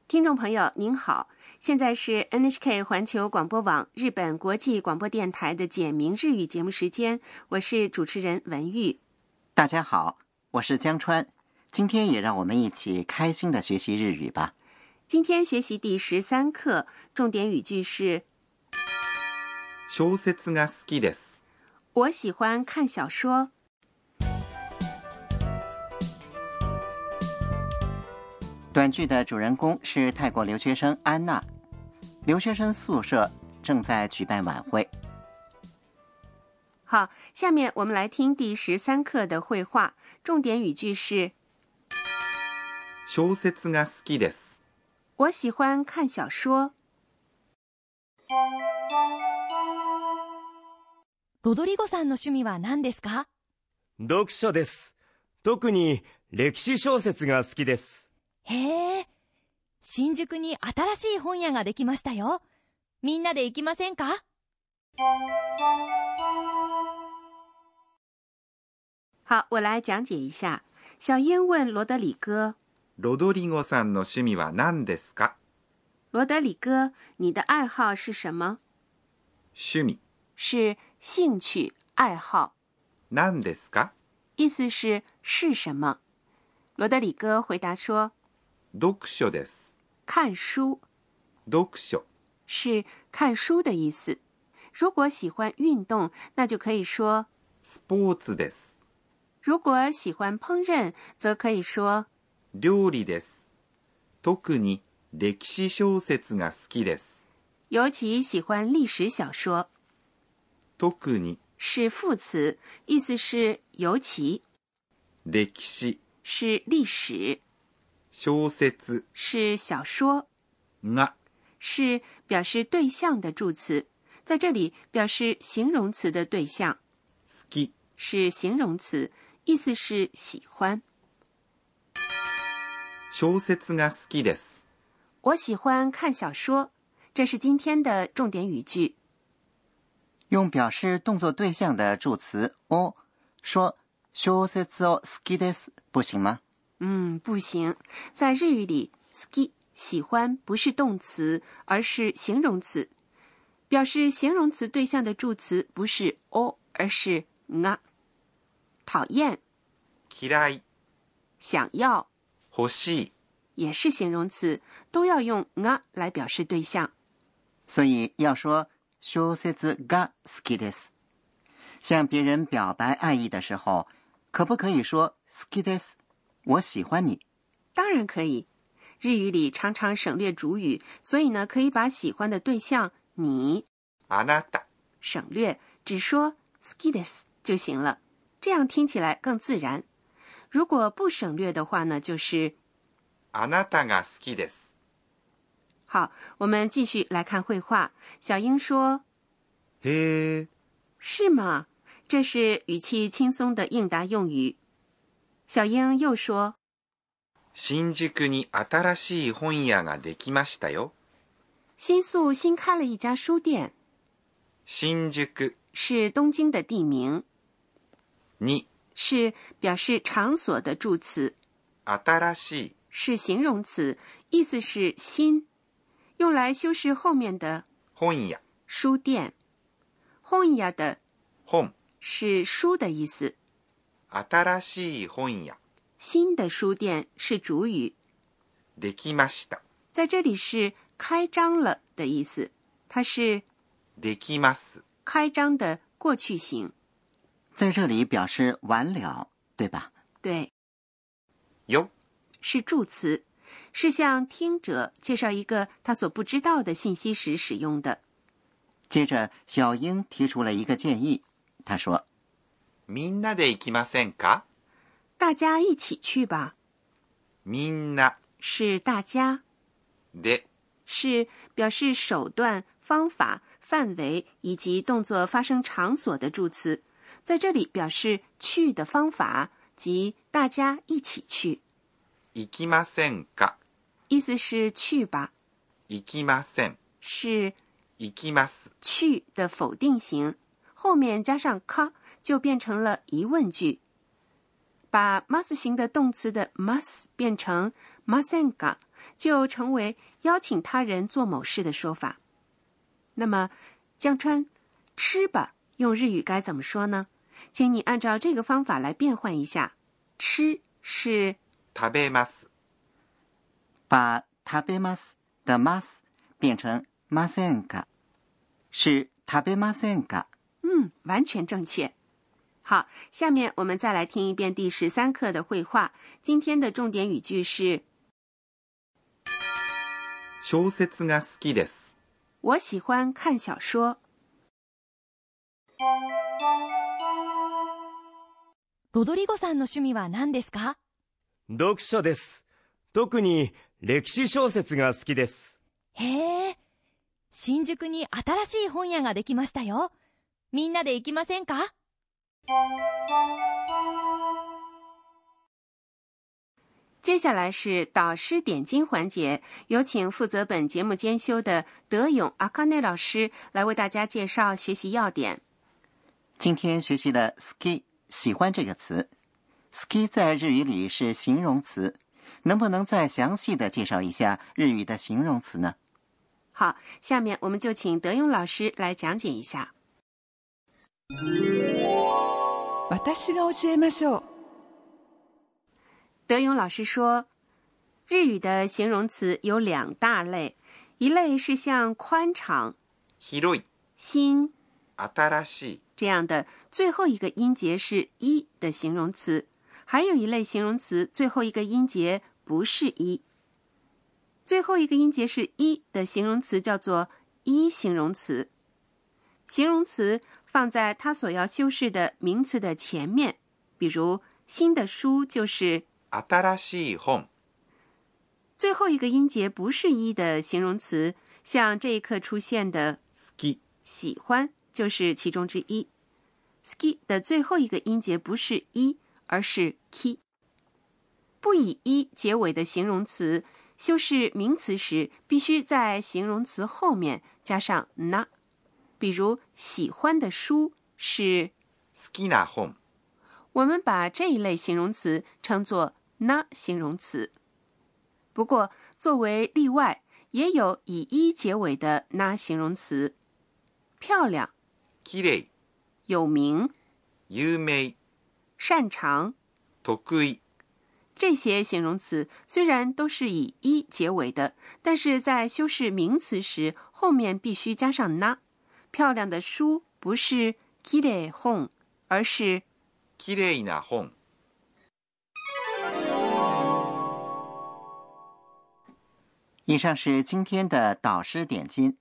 听众朋友您好，现在是 NHK 环球广播网日本国际广播电台的简明日语节目时间，我是主持人文玉。 大家好，我是江川，今天也让我们一起开心的学习日语吧。 今天学习第13课，重点语句是小説が好きです。 我喜欢看小说。 短剧的主人公是泰国留学生安娜，留学生宿舍正在举办晚会。 好，下面我们来听第13课的绘画，重点语句是小説が好きです。 我喜欢看小说。 ロドリゴさんの趣味は何ですか？ 読書です。特に歴史小説が好きです。 へえ、新宿に新しい本屋ができましたよ。みんなで行きませんか？ 好，我来讲解一下。小英问罗德里戈， ロドリゴさんの趣味は何ですか？ 罗德里戈，你的爱好是什么？ 趣味是兴趣、爱好。 何ですか？ 意思是什么？罗德里戈回答说読書です。 看书。 読書是看书的意思。如果喜欢运动，那就可以说スポーツです。 如果喜欢烹饪，则可以说料理です。特に歴史小説が好きです。 尤其喜欢历史小说。 特に是副词，意思是尤其。 歴史是历史。 小説是小说。 が是表示对象的助词，在这里表示形容词的对象。 好き是形容词，意思是喜欢。 小説が好きです。 我喜欢看小说，这是今天的重点语句。 用表示动作对象的助词を说小説を好きです不行吗？ 不行。在日语里，好き喜欢不是动词，而是形容词。表示形容词对象的助词不是を，而是が。讨厌、 嫌い、 想要、 欲しい也是形容词，都要用が来表示对象。 所以要说小説が好きです。向别人表白爱意的时候，可不可以说好きです？我喜欢你。 当然可以。日语里常常省略主语，所以呢，可以把喜欢的对象你あなた省略，只说好きです就行了，这样听起来更自然。如果不省略的话呢，就是あなたが好きです。 好，我们继续来看绘画。小英说へー是吗？这是语气轻松的应答用语。小英又说新宿に新しい本屋ができましたよ。 新宿新开了一家书店。 新宿是东京的地名。 に是表示场所的助词。 新しい是形容词，意思是新，用来修饰后面的本屋书店。本屋的本是书的意思。 新しい本屋新的书店是主语。 できました在这里是开张了的意思，它是できます开张的过去形。 在这里表示完了，对吧？ 对。 よ是助词，是向听者介绍一个他所不知道的信息时使用的。 接着小英提出了一个建议，她说みんなで行きませんか？ 大家一起去吧。 みんな是大家。 で是表示手段、方法、范围以及动作发生场所的助词，在这里表示去的方法，即大家一起去。 行きませんか？ 意思是去吧。 行きません是行きます去的否定型，后面加上か就变成了疑问句。把 must 型的动词的 must 变成ませんか就成为邀请他人做某事的说法。那么江川，吃吧用日语该怎么说呢？请你按照这个方法来变换一下。吃是食べます。 把食べます的ます变成ませんか，是食べませんか。 完全正确。好，下面我们再来听一遍第13课的绘画。今天的重点语句是小説が好きです。 我喜欢看小说。 ロドリゴさんの趣味は何ですか？ 読書です。特に歴史小説が好きです。 へえ、新宿に新しい本屋ができましたよ。みんなで行きませんか？ 接下来是导师点睛环节，有请负责本节目监修的德勇阿卡内老师来为大家介绍学习要点。 今天学习了 ski 喜欢这个词， ski 在日语里是形容词，能不能再详细的介绍一下日语的形容词呢？ 好，下面我们就请德勇老师来讲解一下。 私が教えましょう。 德勇老师说，日语的形容词有2大类，一类是像宽敞、 広い、 新、 新しい这样的最后一个音节是一的形容词，还有一类形容词最后一个音节不是一。最后一个音节是一的形容词叫做一形容词。形容词放在它所要修饰的名词的前面，比如新的书就是新しい本。 最后一个音节不是一的形容词，像这一课出现的好き、 喜欢就是其中之一。ski 的最后一个音节不是一，而是 ki。不以一结尾的形容詞修饰名词时，必须在形容词后面加上な。比如喜欢的书是好きな本。 我们把这一类形容词称作な形容词。不过作为例外，也有以一结尾的な形容词。漂亮、 きれい、 有名、 有名、 擅长、 得意。 这些形容词虽然都是以一结尾的，但是在修饰名词时，后面必须加上な。漂亮的书不是きれい本，而是きれいな本。 以上是今天的导师点睛。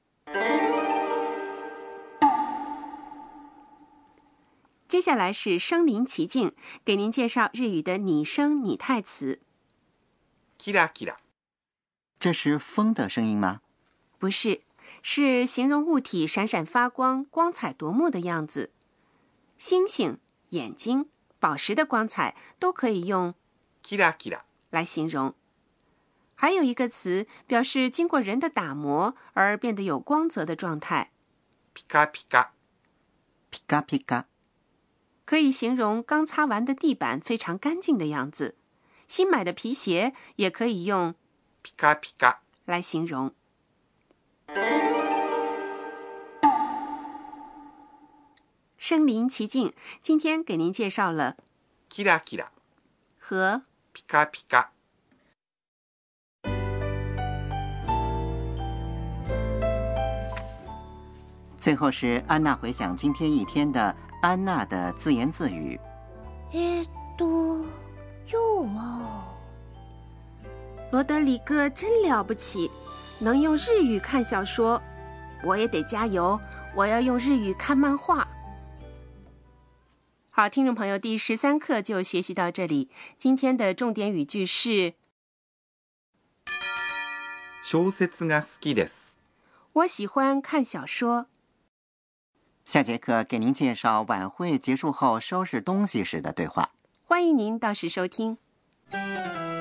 接下来是身临其境，给您介绍日语的拟声拟态词。 キラキラ。 这是风的声音吗？ 不是，是形容物体闪闪发光、光彩夺目的样子。星星、眼睛、宝石的光彩都可以用キラキラ来形容。还有一个词表示经过人的打磨而变得有光泽的状态， ピカピカ。 ピカピカ。 可以形容刚擦完的地板非常干净的样子。新买的皮鞋也可以用ピカピカ来形容。身临其境，今天给您介绍了キラキラ和ピカピカ。 最后是安娜回想今天一天的安娜的自言自语。 今日は罗德里戈真了不起，能用日语看小说。我也得加油，我要用日语看漫画。好，听众朋友，第13课就学习到这里。今天的重点语句是小説が好きです。 我喜欢看小说。 下节课给您介绍晚会结束后收拾东西时的对话。 欢迎您到时收听。